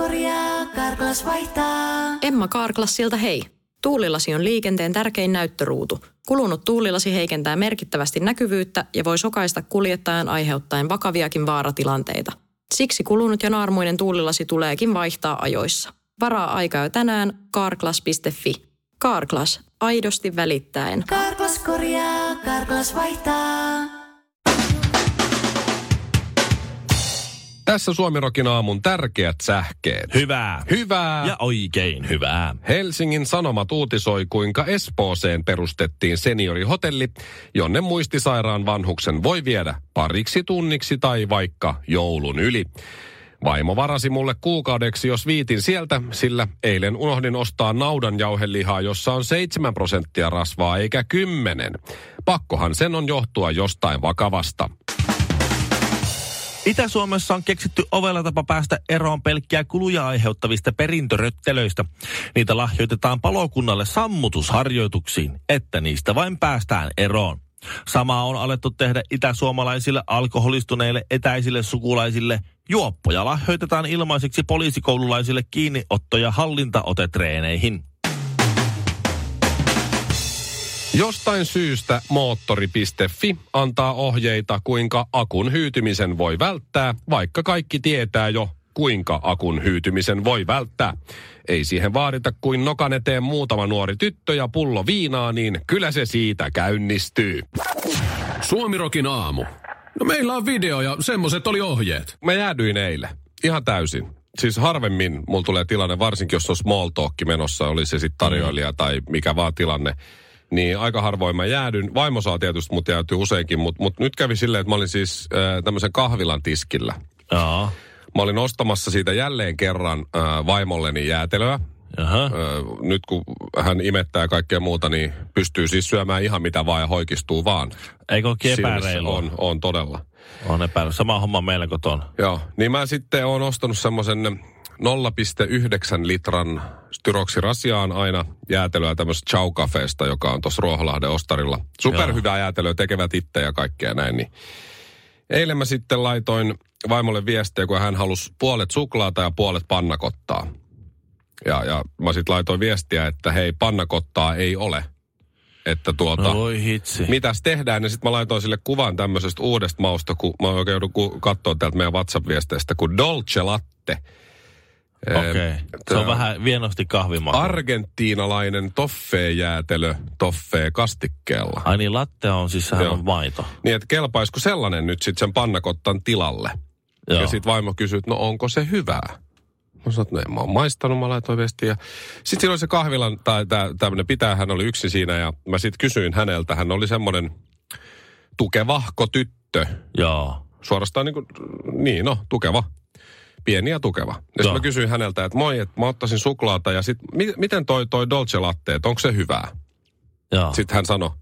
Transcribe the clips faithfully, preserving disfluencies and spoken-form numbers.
korjaa, Carglass vaihtaa. Emma Carglassilta hei. Tuulilasi on liikenteen tärkein näyttöruutu. Kulunut tuulilasi heikentää merkittävästi näkyvyyttä ja voi sokaista kuljettajan aiheuttaen vakaviakin vaaratilanteita. Siksi kulunut ja naarmuinen tuulilasi tuleekin vaihtaa ajoissa. Varaa aikaa jo tänään carglass piste fi. Carglass, aidosti välittäen. Carglass korjaa, Carglass vaihtaa. Tässä Suomi-rokin aamun tärkeät sähkeet. Hyvää. Hyvää. Ja oikein hyvää. Helsingin Sanomat uutisoi, kuinka Espooseen perustettiin seniorihotelli, jonne muistisairaan vanhuksen voi viedä pariksi tunniksi tai vaikka joulun yli. Vaimo varasi mulle kuukaudeksi, jos viitin sieltä, sillä eilen unohdin ostaa naudanjauhelihaa, jossa on seitsemän prosenttia rasvaa eikä kymmenen. Pakkohan sen on johtua jostain vakavasta. Itä-Suomessa on keksitty ovella tapa päästä eroon pelkkiä kuluja aiheuttavista perintöröttelöistä. Niitä lahjoitetaan palokunnalle sammutusharjoituksiin, että niistä vain päästään eroon. Samaa on alettu tehdä itäsuomalaisille alkoholistuneille etäisille sukulaisille. Juoppoja lahjoitetaan ilmaiseksi poliisikoululaisille kiinniotto- ja hallintaotetreeneihin. Jostain syystä moottori piste fi antaa ohjeita, kuinka akun hyytymisen voi välttää, vaikka kaikki tietää jo, kuinka akun hyytymisen voi välttää. Ei siihen vaadita kuin nokan eteen muutama nuori tyttö ja pullo viinaa, niin kyllä se siitä käynnistyy. Suomi-rokin aamu. No meillä on video ja semmoset oli ohjeet. Mä jäädyin eilen. Ihan täysin. Siis harvemmin mulla tulee tilanne, varsinkin jos on small talk menossa, oli se sitten tarjoilija tai mikä vaan tilanne. Niin aika harvoin mä jäädyn. Vaimo saa tietysti, mut jäätyy useinkin, mutta mut nyt kävi silleen, että mä olin siis äh, tämmöisen kahvilan tiskillä. Jaa. Mä olin ostamassa siitä jälleen kerran äh, vaimolleni jäätelöä. Jaha. Äh, nyt kun hän imettää ja kaikkea muuta, niin pystyy siis syömään ihan mitä vaan ja hoikistuu vaan. Eikö olekin epäreilua? On, on todella. On epäreilua. Sama homma meillä kotona. Joo, niin mä sitten oon ostanut semmoisen nolla pilkku yhdeksän litran styroksirasiaan aina jäätelöä tämmöisestä Chow Cafeesta, joka on tuossa Ruoholahden ostarilla. Superhyvää jäätelöä, tekevät itse ja kaikkea näin. Niin. Eilen mä sitten laitoin vaimolle viestiä, kun hän halusi puolet suklaata ja puolet pannakottaa. Ja, ja mä sitten laitoin viestiä, että hei, pannakottaa ei ole. Että tuota, no voi hitsi. Mitäs tehdään? Ja sitten mä laitoin sille kuvan tämmöisestä uudesta mausta, kun mä oikein joudun katsoa täältä meidän WhatsApp-viesteistä, kun Dolce Latte. Okei, okay. Se on vähän vienosti kahvimaku. Argentiinalainen toffee-jäätelö toffee-kastikkeella. Ai niin, latte on, siis sehän on maito. Niin, että kelpaisiko sellainen nyt sitten sen pannakottan tilalle? Joo. Ja sitten vaimo kysyi, että no onko se hyvää? Mä sanoin, että no en mä oon maistanut, mä laitoin viestiä. Sitten siinä oli se kahvilan, tai tämmöinen pitää, hän oli yksi siinä, ja mä sitten kysyin häneltä, hän oli semmoinen tukevahko tyttö. Joo. Suorastaan niin kuin, niin no, tukeva. Pieni ja tukeva. Ja sitten mä kysyin häneltä, että moi, että mä ottaisin suklaata ja sitten, mi- miten toi, toi Dolce Latte, että onko se hyvää? Joo. Sitten hän sanoi,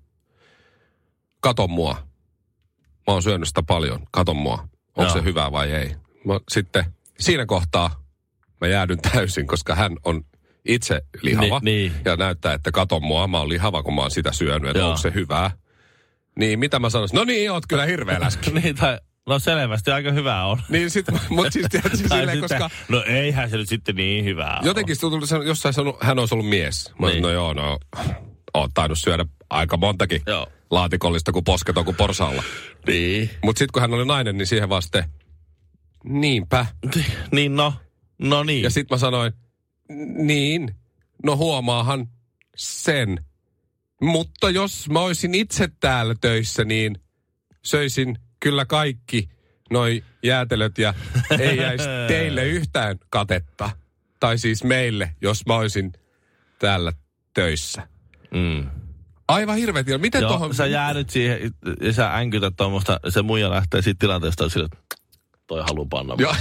kato mua. Mä oon syönyt sitä paljon, kato mua. Onko se hyvää vai ei? Mä, sitten siinä kohtaa mä jäädyn täysin, koska hän on itse lihava. Ni, niin. Ja näyttää, että kato mua, mä oon lihava, kun mä oon sitä syönyt, että onko se hyvää. Niin mitä mä sanoisin? No niin, oot kyllä hirveä läski. Niin, tai no selvästi aika hyvää on. Niin sit, mutta siis tiedätkö silleen, koska... No eihän se nyt sitten niin hyvää jotenkin tuli, jossain sanonut, hän on ollut mies. Mä niin. No joo, no oot tainnut syödä aika montakin joo. laatikollista, kun posket on kuin porsaalla. Niin. Mutta sitten kun hän oli nainen, niin siihen vaste, niinpä. Niin no, no niin. Ja sitten mä sanoin, niin, no huomaahan sen. Mutta jos mä olisin itse täällä töissä, niin söisin kyllä kaikki noi jäätelöt ja ei jäisi teille yhtään katetta. Tai siis meille, jos mä olisin täällä töissä. Mm. Aivan hirveä tilanne. Miten joo, tohon... sä jäädyt siihen ja sä änkytät tuommoista, se muija lähtee siitä tilanteesta sille, että toi haluun panna. Joo.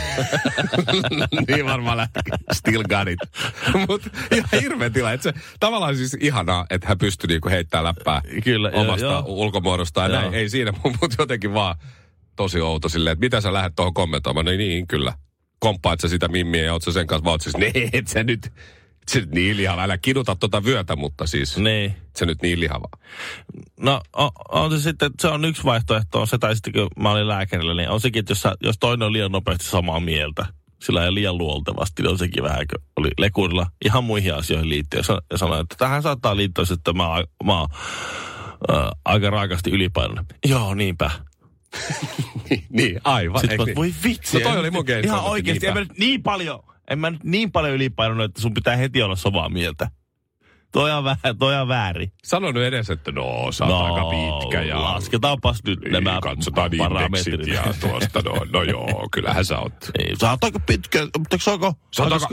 Niin varmaan lähti. Still got it. Mutta ihan hirveä tilanne. Se, tavallaan siis ihanaa, että hän pystyi niinku heittämään läppää kyllä, omasta jo, jo. ulkomuodostaan. Ja näin. Ei siinä, mutta jotenkin vaan tosi outo silleen, että mitä sä lähdet tuohon kommentoimaan. No niin, kyllä. Komppaat sä sitä mimmiä ja oot sä sen kanssa, vaan oot siis, nee, et sä nyt, se nyt niin lihava. Älä kiduta tota vyötä, mutta siis niin. Se nyt niin lihava. No on, on se sitten, se on yksi vaihtoehto, on se, tai sitten kun mä olin lääkärillä, niin on sekin, että jos, sä, jos toinen on liian nopeasti samaa mieltä sillä ei liian luoltavasti. On sekin vähän, kun oli lekurilla ihan muihin asioihin liittyen. Ja sanoi, että tähän saattaa liittyä, että mä, mä oon äh, aika raakasti ylipainoinen. Joo, niinpä. niin, niin, aivan. Sitten mä, voi vitsi. No toi oli mun keino. Ihan oikeasti, en mä nyt niin paljon, en mä nyt niin paljon ylipainoinen, että sun pitää heti olla samaa mieltä. Toi on, väh, toi on väärin. Sano nyt edes, että no, sä oot no, aika pitkä ja... lasketaanpas nyt niin, nämä katsotaan indeksit ja tuosta, no, no joo, kyllähän sä oot. Niin, sä oot aika pitkä, mutta saako... Sä oot aika...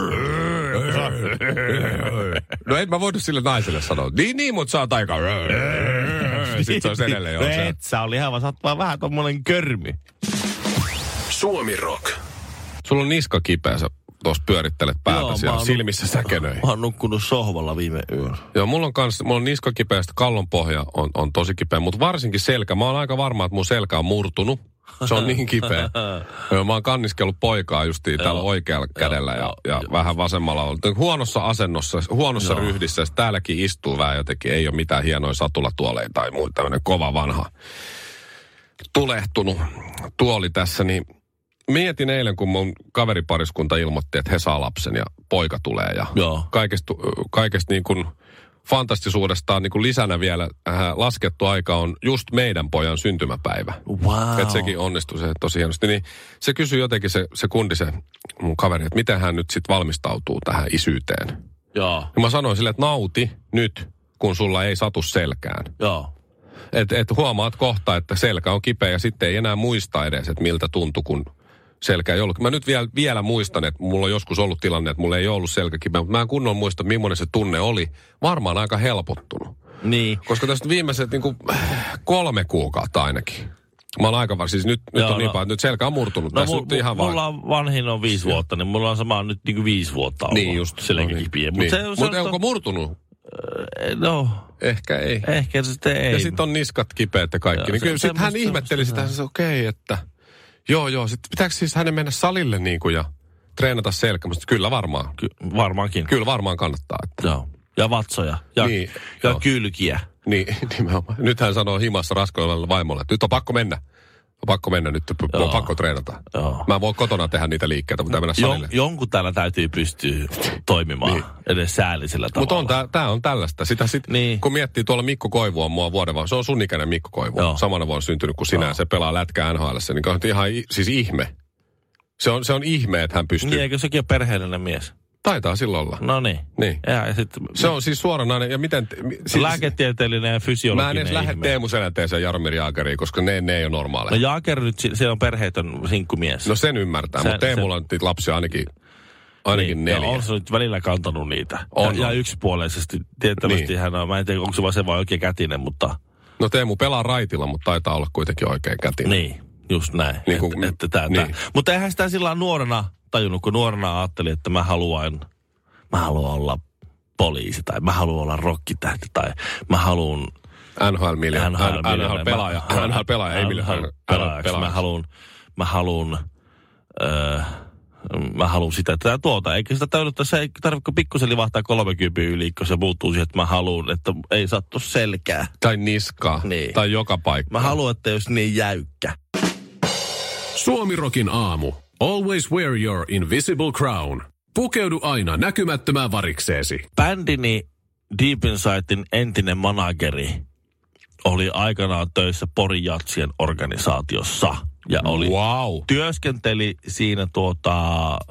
No en mä voinut sille naiselle sanoa. Niin, niin, mutta sä oot aika... Sitten se olisi edelleen jo. Et sä oli ihan vaan, sä oot vaan vähän tommonen körmi. Suomi Rock. Sulla on niska kipeä, sä tuossa pyörittelet päätäsi ja silmissä säkenöi. Mä oon nukkunut sohvalla viime yön. Joo, mulla on kans, mulla on niska kipeä, kallon pohja on, on tosi kipeä, mutta varsinkin selkä. Mä oon aika varma, että mun selkä on murtunut. Se on niin kipeä. Mä oon kanniskellut poikaa justiin täällä oikealla kädellä ja, ja, ja vähän vasemmalla ollut. Huonossa asennossa, huonossa Joo. ryhdissä. Ja täälläkin istuu vähän jotenkin. Ei ole mitään hienoja satulatuoleja tai muuta. Tämmöinen kova vanha tulehtunut tuoli tässä. Niin mietin eilen, kun mun kaveripariskunta ilmoitti, että he saa lapsen ja poika tulee. Ja Joo. kaikesta, kaikesta niin kuin fantastisuudestaan niin kuin lisänä vielä äh, laskettu aika on just meidän pojan syntymäpäivä. Wow. Että sekin onnistui se tosi hienosti. Niin se kysyi jotenkin se, se kundi, se mun kaveri, että miten hän nyt sitten valmistautuu tähän isyyteen. Joo. Ja mä sanoin sille, että nauti nyt, kun sulla ei satu selkään. Joo. Että et huomaat kohta, että selkä on kipeä ja sitten ei enää muista edes, että miltä tuntui, kun selkä ei ollut. Mä nyt vielä, vielä muistan, että mulla on joskus ollut tilanne, että mulla ei ollut selkäkipeä, mutta mä en kunnon muista, millainen se tunne oli. Varmaan aika helpottunut. Niin. Koska tästä viimeiset niin kuin, kolme kuukautta ainakin. Mä oon aika, siis nyt, nyt Joo, on niin no, paljon, nyt selkä on murtunut. No tässä mu- nyt ihan mulla vaan. on vanhin on viisi vuotta, niin mulla on sama nyt niin kuin viisi vuotta ollut. Niin just. Selkäkipiä. No, Mutta niin. se, Mut se onko on, murtunut? No. Ehkä ei. Ehkä se sitten ei. Ja sitten on niskat kipeät ja kaikki. Joo, niin se- kyllä sitten hän semmoista- ihmetteli sitä, se okei, okay, että joo, joo. Sitten pitääkö siis hänen mennä salille niin kuin ja treenata selkä? Mutta kyllä varmaan. Ky- varmaankin. Kyllä varmaan kannattaa. Että. Joo. Ja vatsoja. Ja, Niin, ja joo. kylkiä. Niin, nimenomaan. Nyt hän sanoo himassa raskoilevalle vaimolle, että nyt on pakko mennä. On pakko mennä nyt, on Joo. pakko treenata. Joo. Mä voin kotona tehdä niitä liikkeitä, mutta mennä salille. Jon, jonkun täällä täytyy pystyä toimimaan Niin. edes säällisellä tavalla. Mutta on, tää, tää on tällaista. Sitä sit, Niin. kun miettii tuolla Mikko Koivu on mua vuoden vaan, se on sun ikäinen Mikko Koivu. Joo. Samana vuonna syntynyt kuin sinä, Joo. se pelaa lätkää N H L:ssä, niin on ihan i- siis ihme. Se on, se on ihme, että hän pystyy. Niin, eikö sekin ole perheellinen mies? Taitaa silloin olla. No niin. Niin. Ja, ja sit, Se on siis suoranainen, ja miten... Siis, lääketieteellinen ja mä en fysiologinen edes lähde ihme. Teemu Selänteeseen ja Jaromir Jaageriin, koska ne, ne ei ole normaaleja. No Jaager nyt, si- se on perheetön sinkkumies. No sen ymmärtää, Se- mutta Teemulla se- on niitä lapsia ainakin, ainakin niin, neljä. ja on se nyt välillä kantanut niitä. On, ja, ja on. yksipuolisesti. Tiettävästi Niin. hän on, mä en tiedä, onko se vasen vai oikein kätinen, mutta No Teemu pelaa raitilla, mutta taitaa olla kuitenkin oikein kätinen. niin, just näin. Niin kuin- että, että tää, niin. tää. Mutta eihän sitä sillä nuorena tajunnut, kun nuorena ajattelin, että mä haluan, mä haluan olla poliisi tai mä haluan olla rokkitähti tai mä haluan N H L-miljoona. N H L N H L-pelaaja. N H L-pelaaja, ei miljoona. N H L-pelaajaksi. Mä haluan, mä haluan, öö, mä haluan sitä tätä tuota. Eikä sitä täydettä, se ei tarvitse pikkusen livahtaa kolmekymmentä yli, kun se muuttuu siihen, että mä haluan, että ei sattu selkää. Tai niskaa. Niin. Tai joka paikka. Mä haluan, että jos niin jäykkä. Suomi Rockin aamu. Always wear your invisible crown. Pukeudu aina näkymättömään varikseesi. Bändini Deep Insightin entinen manageri oli aikanaan töissä Porin Jatsien organisaatiossa. Ja oli, Wow. työskenteli siinä tuota, äh,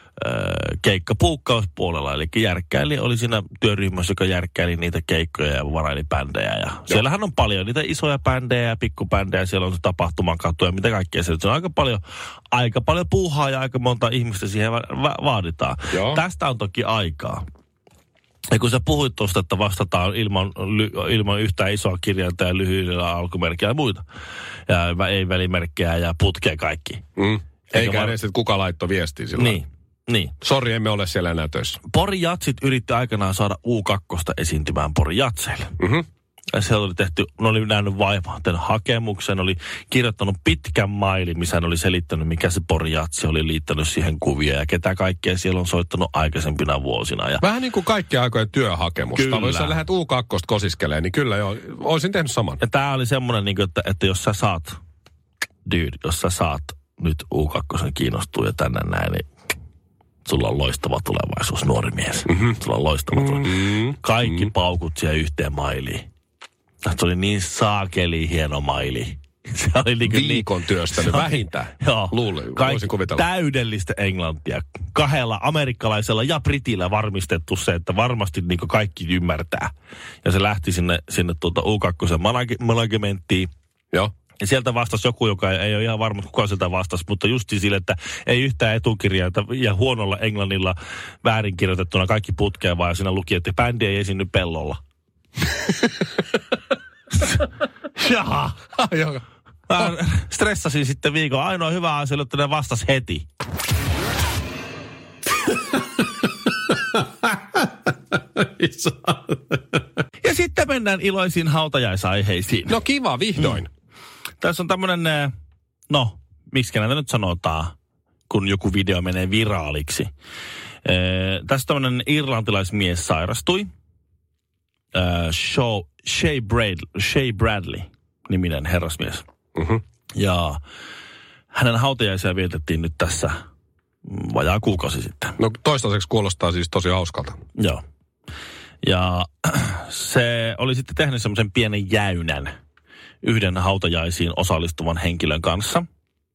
keikkapuukkauspuolella. Eli järkkäili, oli siinä työryhmässä, joka järkkäili niitä keikkoja ja varaili bändejä. Ja siellähän on paljon niitä isoja bändejä ja pikkubändejä. Siellä on se tapahtumakatu ja mitä kaikkea. Se on aika paljon, aika paljon puuhaa ja aika monta ihmistä siihen va- va- vaaditaan. Joo. Tästä on toki aikaa. Ja kun sä puhuit tuosta, että vastataan ilman, ly- ilman yhtään isoa kirjainta ja lyhyillä alkumerkkejä ja muita. Ja vä- ei välimerkkejä ja putkea kaikki. Mm. Eikä var- edes, että kuka laittoi viestiä sillä. Niin, niin. Sori, emme ole siellä enää töissä. Porin Jatsit yritti aikanaan saada U kaksi esiintymään Porin Jatseille. Mhm. Ja se oli tehty, ne oli nähnyt vaivaa, tehnyt hakemuksen, oli kirjoittanut pitkän mailin, missä hän oli selittänyt, mikä se Porin Jatsi oli liittänyt siihen kuvia ja ketä kaikkea siellä on soittanut aikaisempina vuosina. Ja Vähän niin kuin kaikkien aikojen työhakemusta. Kyllä. Jos sä lähdet U kaksi kosiskelemaan, niin kyllä joo, olisin tehnyt saman. Ja tää oli semmoinen, niin että, että jos sä saat, dude, jos sä saat nyt U kaksi kiinnostuu ja tänne näin, niin sulla on loistava tulevaisuus, nuori mies. Mm-hmm. Sulla on loistava tulevaisuus. Mm-hmm. Kaikki paukut siihen yhteen mailiin. Se oli niin saakeli hieno maili. Se oli niin Viikon niin, työstänyt vähintään. Joo. Luulen, voisin kuvitella. Täydellistä englantia. Kahdella amerikkalaisella ja britillä varmistettu se, että varmasti niin kaikki ymmärtää. Ja se lähti sinne, sinne tuota U kaksi managementtiin. Joo. Ja sieltä vastasi joku, joka ei ole ihan varma, kuka sieltä vastasi, mutta justi sille, että ei yhtään etukirjaa ja huonolla englannilla väärinkirjoitettuna kaikki putkeen, vaan siinä luki, että bändi ei esiinny pellolla. Jaha. Mä stressasin sitten viikon. Ainoa hyvä asia oli, että ne vastasi heti. Ja sitten mennään iloisiin hautajaisaiheisiin. No kiva, vihdoin. Mm. Tässä on tämmönen, no, miksi näitä nyt sanotaan, kun joku video menee viraaliksi. Ee, tässä tämmönen irlantilaismies sairastui. Ee, Show, Shay, Bradley, Shay Bradley niminen herrasmies. Mm-hmm. Ja hänen hautajaisia vietettiin nyt tässä vajaa kuukausi sitten. No toistaiseksi kuulostaa siis tosi hauskalta. Joo. Ja se oli sitten tehnyt semmoisen pienen jäynän yhden hautajaisiin osallistuvan henkilön kanssa.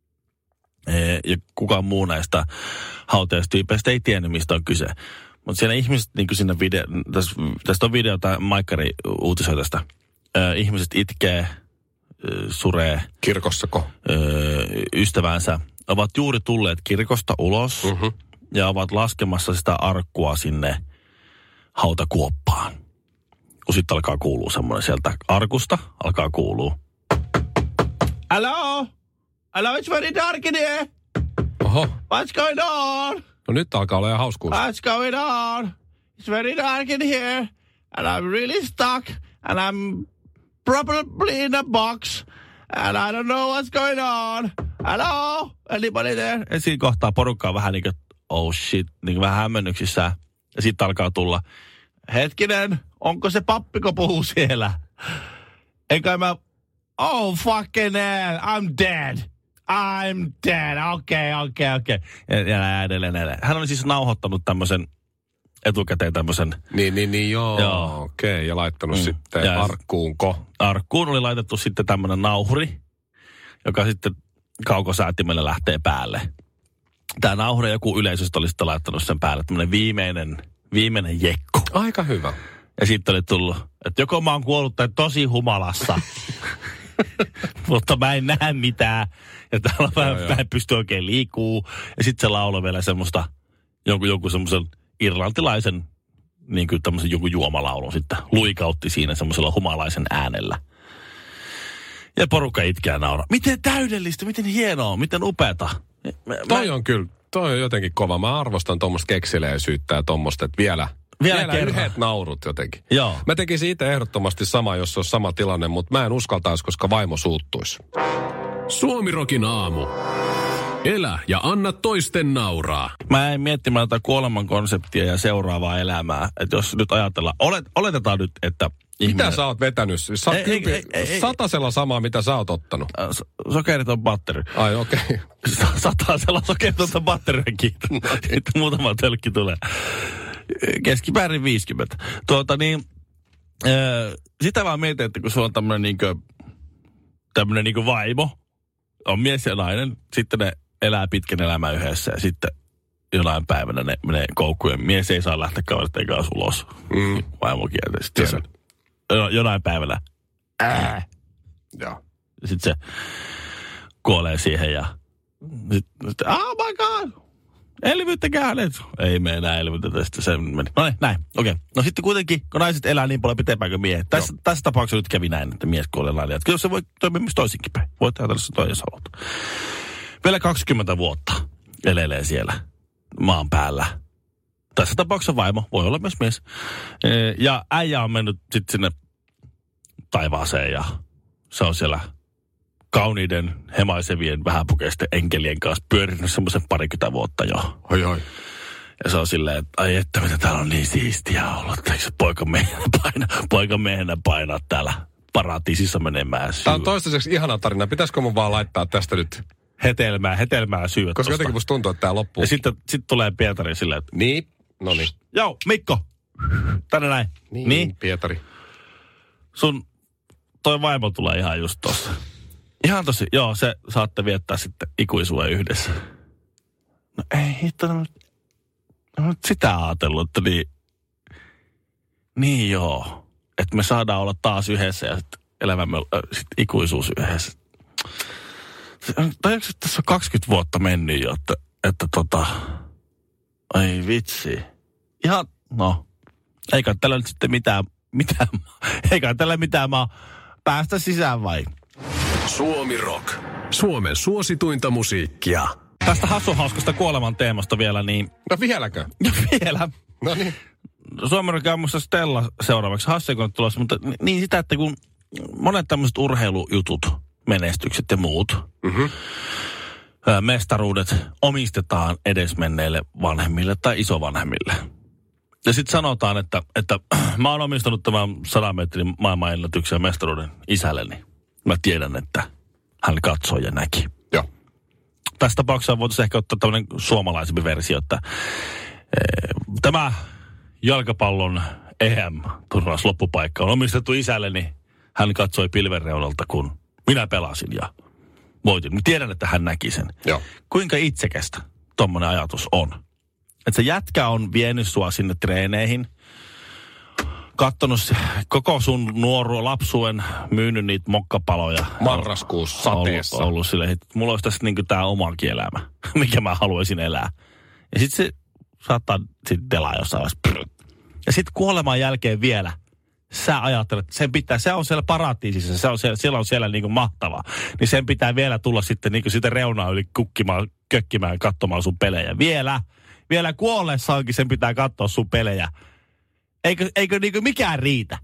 Ja kukaan muu näistä hautajaistyypeistä ei tiennyt, mistä on kyse. Mutta siinä ihmiset, niin kuin siinä video, tästä, tästä on video, tai Maikkari uutisoi tästä. Ihmiset itkee, suree. Kirkossako? Ystävänsä ovat juuri tulleet kirkosta ulos mm-hmm. ja ovat laskemassa sitä arkkua sinne hautakuoppaan. Kun sitten alkaa kuulua semmoinen sieltä arkusta, alkaa kuulua. Hello? Hello, it's very dark in here. Oho. What's going on? No nyt alkaa olla ihan hauskuus. What's going on? It's very dark in here. And I'm really stuck. And I'm probably in a box. And I don't know what's going on. Hello? Anybody there? Ja siinä kohtaa porukkaa vähän niin kuin, oh shit, niin kuin vähän hämmennyksissä. Ja sitten alkaa tulla, hetkinen, onko se pappiko puhuu siellä? Enkä mä, oh fucking hell, I'm dead. I'm dead. Okei, okay, okei, okay, okei. Okay. Ja, ja edelleen, edelleen. Hän oli siis nauhoittanut tämmöisen etukäteen tämmöisen. Niin, niin, niin, joo. joo. Okei, okay. Ja laittanut mm. sitten ja arkkuunko? Arkkuun oli laitettu sitten tämmöinen nauhuri, joka sitten kaukosäätimellä lähtee päälle. Tämä nauhuri joku yleisöstä oli sitten laittanut sen päälle tämmöinen viimeinen, viimeinen jekku. Aika hyvä. Ja sitten oli tullut, että joko mä oon kuollut tai tosi humalassa. Mutta mä en näe mitään. Ja täällä mä, mä en pysty oikein liikuu. Ja sitten se lauloi vielä semmoista, joku, joku semmoisen irlantilaisen, niin kuin tämmöisen joku juomalaulun sitten. Luikautti siinä semmoisella humalaisen äänellä. Ja porukka itkää nauraa. Miten täydellistä, miten hienoa, miten upeata. Mä, toi mä... on kyllä, toi on jotenkin kova. Mä arvostan tuommoista kekseleisyyttä ja tuommoista, että vielä... Vielä, Vielä yhdet naurut jotenkin. Joo. Mä tekisin itse ehdottomasti sama, jos se olisi sama tilanne, mutta mä en uskaltaisi, koska vaimo suuttuisi. Suomirokin aamu. Elä ja anna toisten nauraa. Mä en miettimään tätä kuoleman konseptia ja seuraavaa elämää. Että jos nyt ajatellaan, olet, oletetaan nyt, että ihminen... Mitä sä oot vetänyt? Sä oot ei, ei, ei, satasella samaa, mitä sä oot ottanut. Sokeriton batteri. Ai okei. Okay. Satasella sokeritonta batteria, kiitos. Sitten muutama tölkki tulee. Keskimäärin viisikymmentä. Tuota niin, ää, sitä vaan mietin, että kun sulla on tämmönen niinkö, tämmönen niinkö vaimo, on mies ja nainen, sitten ne elää pitkän elämän yhdessä ja sitten jonain päivänä ne menee koukkuun. Mies ei saa lähteä kaverista eikä ulos. Mm. Vaimo kieltä. Sitten se, jonain päivänä, ää. Ja. Sitten se kuolee siihen ja sitten, sit, oh my god! Elvyttäkää hänet. Ei me enää elvytetä, sitten se meni. No niin, näin, okei. Okay. No sitten kuitenkin, kun naiset elää niin paljon pitempään kuin miehet. Tässä, tässä tapauksessa nyt kävi näin, että mies kuolee nainen. Kyllä se voi toimia myös toisinkin päin. Voit ajatella se toisen haluta. Vielä kaksikymmentä vuotta elelee siellä maan päällä. Tässä tapauksessa vaimo, voi olla myös mies. Ja äijä on mennyt sitten sinne taivaaseen ja se on siellä kauniiden, hemaisevien, vähäpukeisten enkelien kanssa pyörinyt semmoisen parikymmentä vuotta jo. Oi, oi. Ja se on silleen, että ai että mitä täällä on niin siistiä ollut. Eikö se poikamiehenä painaa, poikamiehenä painaa täällä paratiisissa menemään? Tämä on toistaiseksi ihana tarina. Pitäisikö mun vaan laittaa tästä nyt hetelmää, hetelmää syödä. Koska jotenkin musta tuntuu, että tää loppuu. Ja sitten sit tulee Pietari silleen, että... Niin, no niin. Joo, Mikko, tänne näin. Niin, niin, Pietari. Sun toi vaimo tulee ihan just tossa. Ihan tosi, joo, se saatte viettää sitten ikuisuuden yhdessä. No ei hitto, no, no sitä ajatellut, että niin... Niin joo, että me saadaan olla taas yhdessä ja sitten elämämme äh, sit ikuisuus yhdessä. Tai onko tässä on kaksikymmentä vuotta mennyt jo, että, että tota... Ai vitsi. Ihan, no, eikä tällä nyt sitten mitään, mitään, eikä tällä mitään maa päästä sisään vai? Suomi Rock. Suomen suosituinta musiikkia. Tästä hassuhauskasta kuoleman teemasta vielä, niin... No vieläkö? Ja vielä. No niin. Suomi Rock on musta Stella seuraavaksi. Hassi on tulossa, mutta niin sitä, että kun monet tämmöiset urheilujutut, menestykset ja muut, mm-hmm. mestaruudet omistetaan edesmenneille vanhemmille tai isovanhemmille. Ja sitten sanotaan, että, että mä oon omistanut tämän sadan metrin maailmanennätyksen ja mestaruuden isälleni. Mä tiedän, että hän katsoi ja näki. Joo. Tässä tapauksessa voitaisiin ehkä ottaa tämmöinen suomalaisempi versio, että e, tämä jalkapallon E M-turnaus loppupaikka on omistettu isälleni. Hän katsoi pilvenreunalta, kun minä pelasin ja voitin. Mä tiedän, että hän näki sen. Joo. Kuinka itsekästä tommonen ajatus on? Että se jätkä on vienyt sua sinne treeneihin, kattonut koko sun nuoruuden lapsuuden, myynyt niitä mokkapaloja. Marraskuussa sateessa. Ollut, ollut silleen, että mulla olisi tässä niinku tää omakin elämä, mikä mä haluaisin elää. Ja sit se saattaa sit delaa jossain vaiheessa. Ja sit kuoleman jälkeen vielä sä ajattelet, että sen pitää, se on siellä paratiisissa, se on siellä, siellä on siellä niinku mahtavaa. Niin sen pitää vielä tulla sitten niinku sitä reunaa yli kukkimaan, kökkimään, katsomaan sun pelejä. Vielä, vielä kuollessaankin sen pitää katsoa sun pelejä. Eikö, eikö niinku mikään riitä?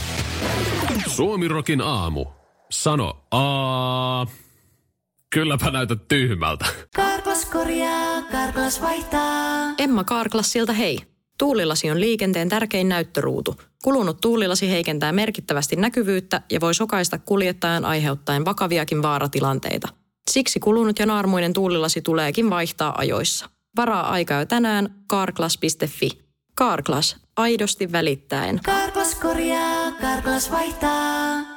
Suomi Rockin aamu. Sano aa. Kylläpä näytät tyhmältä. Karklas korjaa, Karklas vaihtaa. Emma Karklassilta hei. Tuulilasi on liikenteen tärkein näyttöruutu. Kulunut tuulilasi heikentää merkittävästi näkyvyyttä ja voi sokaista kuljettajan aiheuttaen vakaviakin vaaratilanteita. Siksi kulunut ja naarmuinen tuulilasi tuleekin vaihtaa ajoissa. Varaa aikaa jo tänään karklas piste fi. Karklas, aidosti välittäen. Karklas korjaa, Karklas vaihtaa.